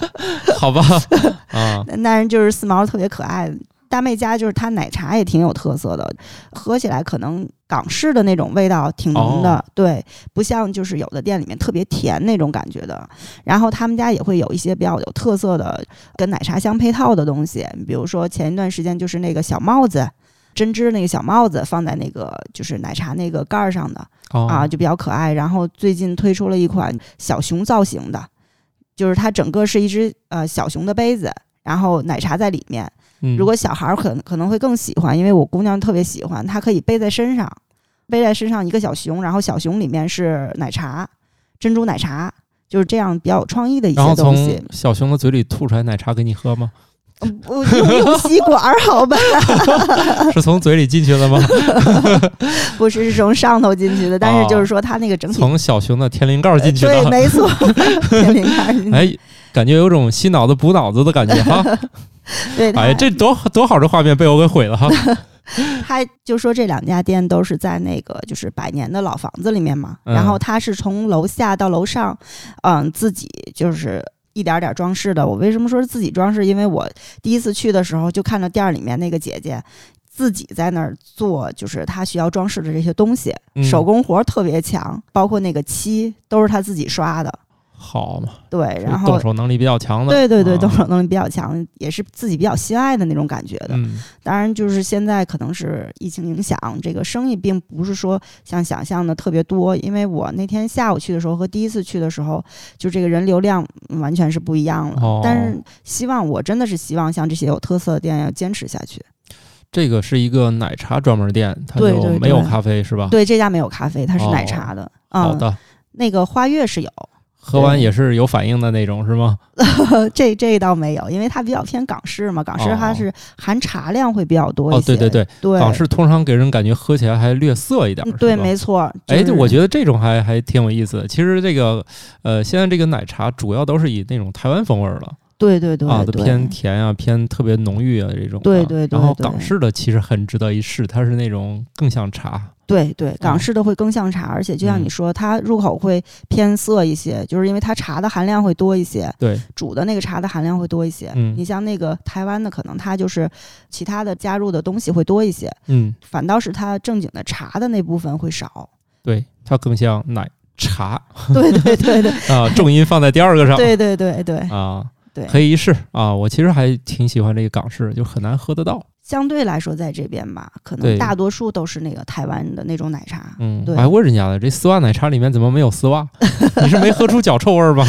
好吧，啊， 但是就是四毛特别可爱。大妹家就是它奶茶也挺有特色的，喝起来可能港式的那种味道挺浓的，对，不像就是有的店里面特别甜那种感觉的。然后他们家也会有一些比较有特色的跟奶茶相配套的东西，比如说前一段时间就是那个小帽子，针织那个小帽子放在那个就是奶茶那个盖上的，就比较可爱。然后最近推出了一款小熊造型的，就是它整个是一只小熊的杯子，然后奶茶在里面。如果小孩可能会更喜欢，因为我姑娘特别喜欢，她可以背在身上一个小熊，然后小熊里面是奶茶，珍珠奶茶，就是这样比较有创意的一些东西。 然后从小熊的嘴里吐出来奶茶给你喝吗？ 用吸管好吧？ 是从嘴里进去的吗？ 不是，是从上头进去的，但是就是说它那个整体从小熊的天灵盖进去的， 对，没错，天灵盖进去。 哎，感觉有种吸脑子补脑子的感觉哈。 对， 哎，这多好，这画面被我给毁了哈。 他就说这两家店都是在那个就是100年的老房子里面嘛，然后他是从楼下到楼上，自己就是一点点装饰的。我为什么说是自己装饰？因为我第一次去的时候就看到店里面那个姐姐自己在那儿做，就是她需要装饰的这些东西，手工活特别强，包括那个漆都是她自己刷的。 好嘛， 对，然后动手能力比较强的， 对，动手能力比较强，也是自己比较心爱的那种感觉的。当然，就是现在可能是疫情影响，这个生意并不是说像想象的特别多。因为我那天下午去的时候和第一次去的时候，就这个人流量完全是不一样了。但是我真的是希望像这些有特色的店要坚持下去。 这个是一个奶茶专门店，它就没有咖啡是吧？ 对，这家没有咖啡，它是奶茶的。 好的， 那个花月是有。 喝完也是有反应的那种是吗？ 这倒没有，因为它比较偏港式嘛，港式它是含茶量会比较多一些。 对，港式通常给人感觉喝起来还略涩一点。 对，没错。 我觉得这种还挺有意思的。其实这个现在这个奶茶主要都是以那种台湾风味了。 对， 都偏甜啊，偏特别浓郁啊这种。 对。 然后港式的其实很值得一试，它是那种更像茶。 对，港式的会更像茶，而且就像你说，它入口会偏涩一些，就是因为它茶的含量会多一些。 对， 煮的那个茶的含量会多一些。你像那个台湾的，可能它就是其他的加入的东西会多一些。反倒是它正经的茶的那部分会少。 对，它更像奶茶。 对重音放在第二个上。 对对， 可以一试啊！我其实还挺喜欢这个港式，就很难喝得到。 相对来说，在这边吧，可能大多数都是那个台湾的那种奶茶。对。 我还问人家了，这丝袜奶茶里面怎么没有丝袜？你是没喝出脚臭味吧？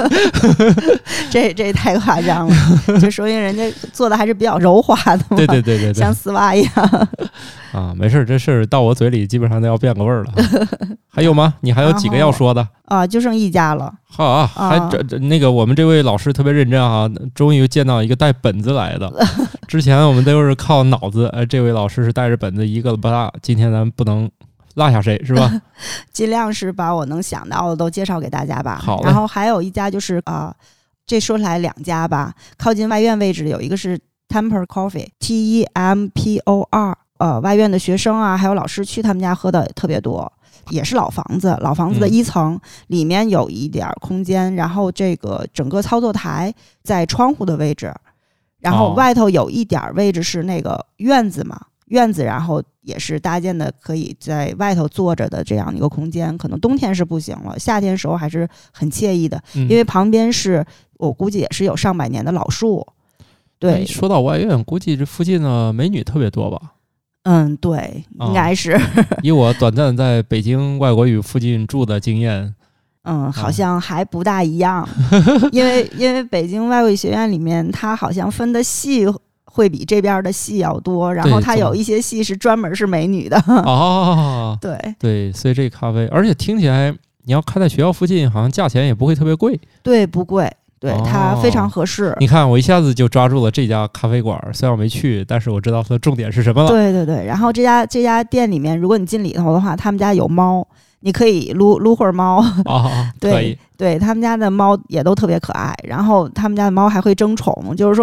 这太夸张了，就说明人家做的还是比较柔滑的嘛。 对， 像丝袜一样。 没事，这事到我嘴里基本上都要变个味儿了。还有吗？你还有几个要说的？ 就剩一家了。 好啊，那个我们这位老师特别认真啊，终于见到一个带本子来的。之前我们都是靠脑子，这位老师是带着本子一个不落。今天咱们不能落下谁是吧？ 尽量是把我能想到的都介绍给大家吧。 好。 然后还有一家就是这说起来两家吧，靠近外院位置有一个是 Temper Coffee TEMPOR，外院的学生啊，还有老师去他们家喝的特别多。也是老房子的1层，里面有一点空间，然后这个整个操作台在窗户的位置，然后外头有一点位置是那个院子，然后也是搭建的可以在外头坐着的这样一个空间。可能冬天是不行了，夏天时候还是很惬意的，因为旁边是我估计也是有上百年的老树。对， 说到外院，估计这附近的美女特别多吧？ 对，应该是。 以我短暂在北京外国语附近住的经验， 好像还不大一样。因为北京外国语学院里面，它好像分的系会比这边的系要多，然后它有一些系是专门是美女的。对， 所以这咖啡，而且听起来你要开在学校附近，好像价钱也不会特别贵。 对，不贵。对，它非常合适。 你看，我一下子就抓住了这家咖啡馆，虽然我没去，但是我知道它的重点是什么了。 对，然后这家店里面，如果你进里头的话，他们家有猫，你可以撸会儿猫。可以。对，他们家的猫也都特别可爱，然后他们家的猫还会争宠，就是说你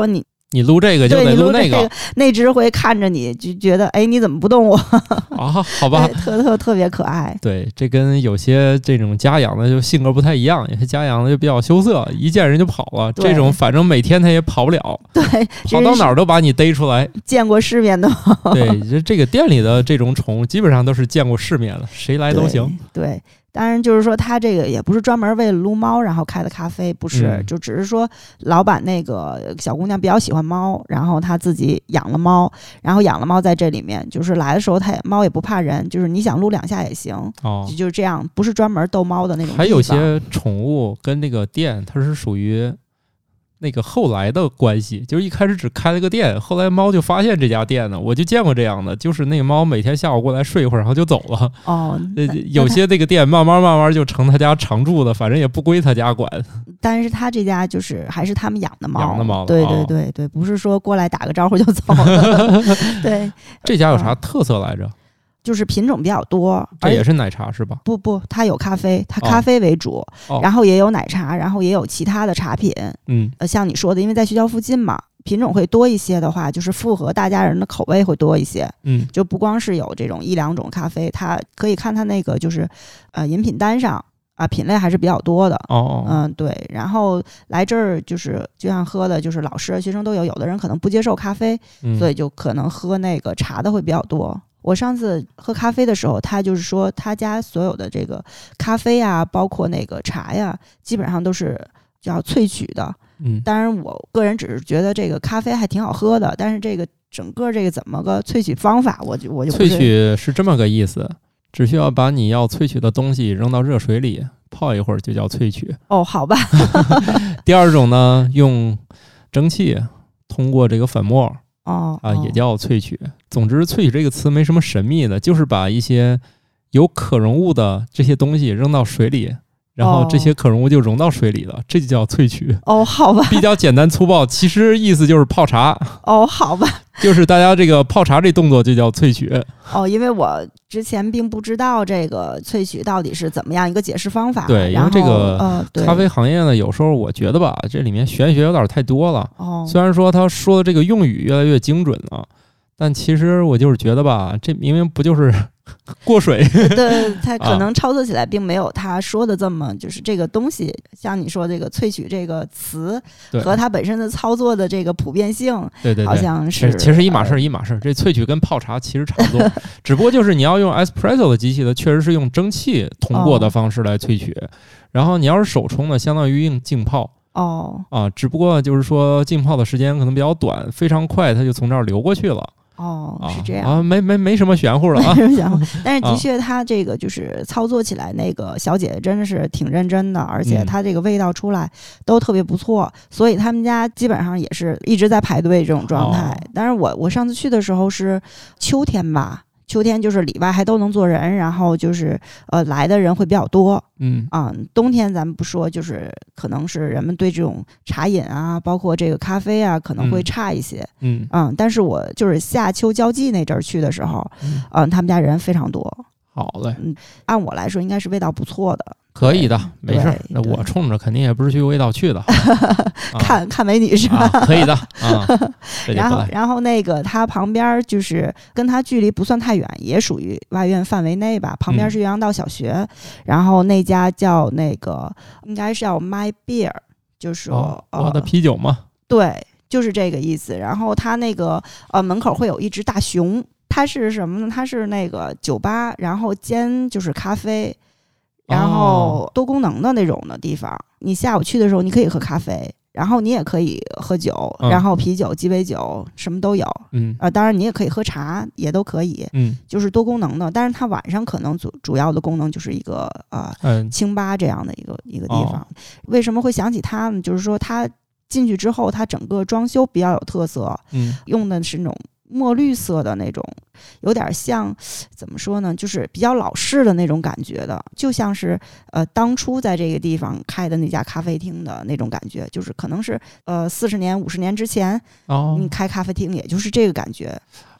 你撸这个就得撸那个， 那只会看着你就觉得哎你怎么不动我啊？好吧， 特别可爱。对， 这跟有些这种家养的就性格不太一样，有些家养的就比较羞涩，一见人就跑了。这种反正每天他也跑不了， 对， 跑到哪儿都把你逮出来。 见过世面的对，这个店里的这种宠物基本上都是见过世面了，谁来都行。 对。当然就是说他这个也不是专门为了撸猫然后开的咖啡，不是，就只是说老板那个小姑娘比较喜欢猫，然后他自己养了猫，然后养了猫在这里面，就是来的时候猫也不怕人，就是你想撸2下也行，就是这样，不是专门逗猫的那种地方。 还有些宠物跟那个店它是属于那个后来的关系，就是一开始只开了个店，后来猫就发现这家店呢，我就见过这样的，就是那个猫每天下午过来睡一会儿，然后就走了。有些这个店慢慢就成他家常住的，反正也不归他家管。 但是他这家就是还是他们养的猫， 对， 不是说过来打个招呼就走了。对， 这家有啥特色来着？ 就是品种比较多， 这也是奶茶是吧？ 不，它有咖啡，它咖啡为主，然后也有奶茶，然后也有其他的茶品。像你说的，因为在学校附近嘛，品种会多一些的话，就是符合大家人的口味会多一些。就不光是有这种1-2种咖啡，它可以看它那个就是饮品单上啊，品类还是比较多的。对，然后来这儿就像喝的，就是老师学生都有的人可能不接受咖啡，所以就可能喝那个茶的会比较多。我上次喝咖啡的时候，他就是说他家所有的这个咖啡啊，包括那个茶呀，基本上都是叫萃取的。当然我个人只是觉得这个咖啡还挺好喝的，但是这个整个这个怎么个萃取方法，我就萃取是这么个意思，只需要把你要萃取的东西扔到热水里泡一会儿就叫萃取。 好吧。 第二种呢，用蒸汽通过这个粉末。也叫萃取。总之萃取这个词没什么神秘的，就是把一些有可溶物的这些东西扔到水里，然后这些可溶物就溶到水里了，这就叫萃取。 好吧， 比较简单粗暴，其实意思就是泡茶。 好吧， 就是大家这个泡茶这动作就叫萃取。 因为我之前并不知道这个萃取到底是怎么样一个解释方法。 对，因为这个咖啡行业呢，有时候我觉得吧，这里面玄学有点太多了。虽然说他说的这个用语越来越精准了，但其实我就是觉得吧，这明明不就是过水。 对，他可能操作起来并没有他说的这么，就是这个东西，像你说这个萃取这个词和它本身的操作的这个普遍性， 对， 好像是其实一码事。这萃取跟泡茶其实差不多，只不过就是你要用 espresso 的机器的，确实是用蒸汽通过的方式来萃取，然后你要是手冲的，相当于用浸泡。只不过就是说浸泡的时间可能比较短，非常快，它就从这儿流过去了。 是这样没什么玄乎了啊。 但是的确，他这个就是操作起来，那个小姐姐真的是挺认真的，而且她这个味道出来都特别不错，所以他们家基本上也是一直在排队这种状态。但是我上次去的时候是秋天吧。秋天就是里外还都能坐人，然后就是来的人会比较多。冬天咱们不说，就是可能是人们对这种茶饮啊，包括这个咖啡啊，可能会差一些。但是我就是夏秋交际那阵儿去的时候，他们家人非常多。 好嘞， 按我来说应该是味道不错的。 可以的，没事。那我冲着肯定也不是去味道去的。 看美女是吧？ 可以的。 然后那个它旁边就是跟它距离不算太远，也属于外院范围内吧。旁边是岳阳道小学，然后那家叫那个应该是叫 My Beer， 就是说我的啤酒吗？ 对，就是这个意思。然后它那个门口会有一只大熊。它是什么呢？它是那个酒吧，然后兼就是咖啡，然后多功能的那种的地方。你下午去的时候，你可以喝咖啡，然后你也可以喝酒，然后啤酒、鸡尾酒什么都有。当然你也可以喝茶，也都可以。就是多功能的。但是它晚上可能主要的功能就是一个清吧这样的一个地方。为什么会想起它呢？就是说它进去之后，它整个装修比较有特色。用的是那种墨绿色的那种，有点像怎么说呢，就是比较老式的那种感觉的，就像是当初在这个地方开的那家咖啡厅的那种感觉，就是可能是40年50年之前你开咖啡厅，也就是这个感觉。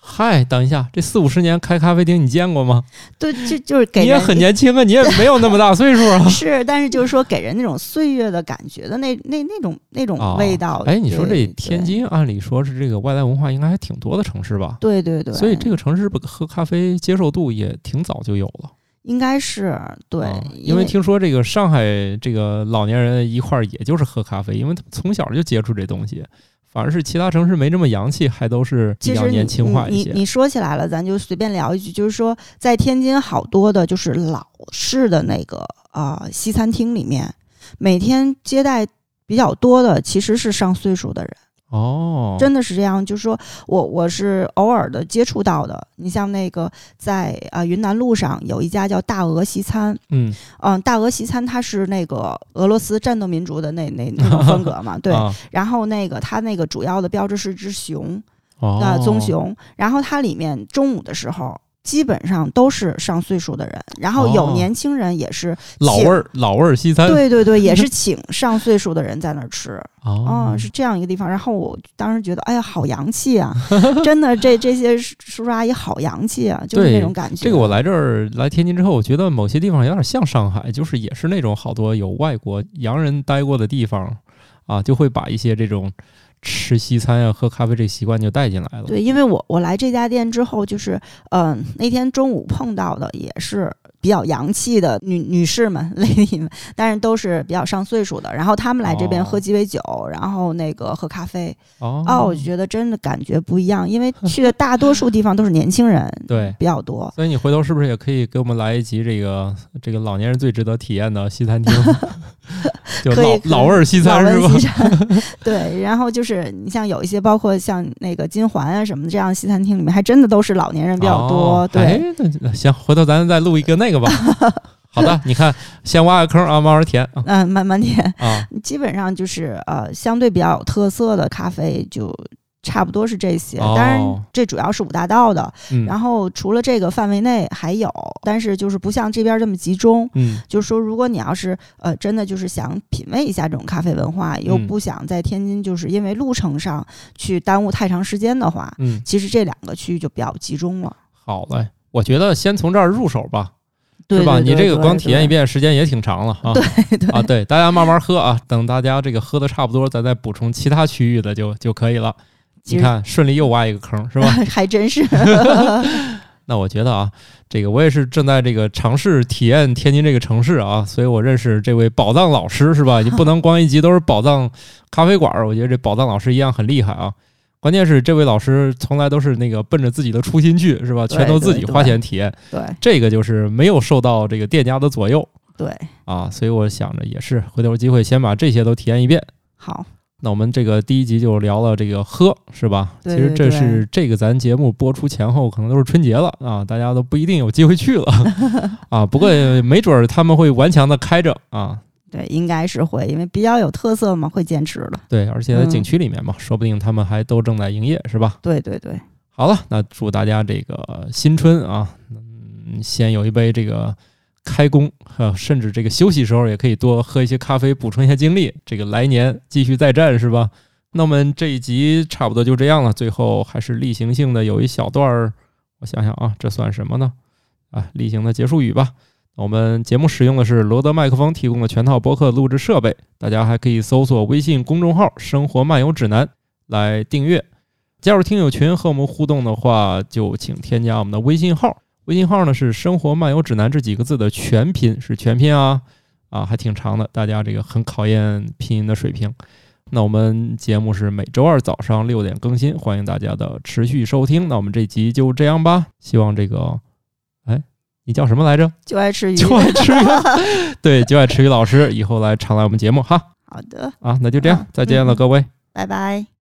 嗨，等一下，这40-50年开咖啡厅你见过吗？ 对，就是给人你也很年轻啊，你也没有那么大岁数啊。 是，但是就是说给人那种岁月的感觉的那种味道。 你说这天津按理说是这个外来文化应该还挺多的城市吧？ 对对对。 所以这个城市喝咖啡接受度也挺早就有了。 应该是对， 因为听说这个上海这个老年人一块儿也就是喝咖啡，因为他们从小就接触这东西。反而是其他城市没这么洋气，还都是比较年轻化一些。 你说起来了，咱就随便聊一句，就是说在天津好多的就是老式的那个西餐厅里面，每天接待比较多的其实是上岁数的人。真的是这样，就是说我是偶尔的接触到的。你像那个在云南路上有一家叫大鹅西餐，大鹅西餐它是那个俄罗斯战斗民族的那种风格嘛，对。然后那个它那个主要的标志是只熊，棕熊。然后它里面中午的时候基本上都是上岁数的人，然后有年轻人也是老味儿西餐， 对对对，也是请上岁数的人在那儿吃。是这样一个地方。然后我当时觉得，哎呀，好洋气啊！真的，这些叔叔阿姨好洋气啊，就是那种感觉。 这个我来天津之后，我觉得某些地方有点像上海，就是也是那种好多有外国洋人待过的地方啊，就会把一些这种吃西餐呀、喝咖啡这习惯就带进来了。 对，因为我来这家店之后，就是那天中午碰到的也是比较洋气的女士们 lady 们，但是都是比较上岁数的。然后他们来这边喝鸡尾酒，然后那个喝咖啡。我就觉得真的感觉不一样，因为去的大多数地方都是年轻人， 对， 比较多。 所以你回头是不是也可以给我们来一集这个老年人最值得体验的西餐厅？就老味儿西餐是吧？ 对，然后就是你像有一些包括像那个金环啊什么的这样的西餐厅里面，还真的都是老年人比较多。对， 行，回头咱再录一个那个吧。好的，你看，先挖个坑啊，慢慢填。 慢慢填啊。基本上就是相对比较有特色的咖啡就差不多是这些。当然，这主要是五大道的。然后除了这个范围内还有，但是就是不像这边这么集中。就是说，如果你要是真的就是想品味一下这种咖啡文化，又不想在天津就是因为路程上去耽误太长时间的话，其实这2个区域就比较集中了。 好嘞，我觉得先从这儿入手吧。是吧？你这个光体验一遍时间也挺长了啊！对，大家慢慢喝啊，等大家这个喝的差不多，咱再补充其他区域的就可以了。你看，顺利又挖一个坑，是吧？ 还真是。 那我觉得啊，这个我也是正在这个尝试体验天津这个城市啊，所以我认识这位宝藏老师，是吧？你不能光一集都是宝藏咖啡馆，我觉得这宝藏老师一样很厉害啊。关键是这位老师从来都是那个奔着自己的初心去，是吧？全都自己花钱体验。 对， 这个就是没有受到这个店家的左右。 对啊，所以我想着也是回头有机会先把这些都体验一遍。 好， 那我们这个第一集就聊了这个喝，是吧？ 对， 其实这是这个咱节目播出前后可能都是春节了啊，大家都不一定有机会去了啊。不过没准他们会顽强的开着啊。 对，应该是会，因为比较有特色嘛，会坚持的。 对，而且在景区里面嘛，说不定他们还都正在营业，是吧？ 对对对。 好了，那祝大家这个新春啊，先有一杯这个开工，甚至这个休息时候也可以多喝一些咖啡，补充一下精力。这个来年继续再战，是吧？那我们这一集差不多就这样了。最后还是例行性的有一小段，我想想啊，这算什么呢？例行的结束语吧。我们节目使用的是罗德麦克风提供的全套播客录制设备，大家还可以搜索微信公众号生活漫游指南来订阅。加入听友群和我们互动的话，就请添加我们的微信号，微信号呢是生活漫游指南这几个字的全拼，是全拼啊，还挺长的，大家这个很考验拼音的水平。那我们节目是每周2早上6点更新，欢迎大家的持续收听。那我们这集就这样吧，希望这个你叫什么来着？ 就爱吃鱼。 对，就爱吃鱼老师以后来常来我们节目哈。 好的那就这样，再见了各位， 拜拜。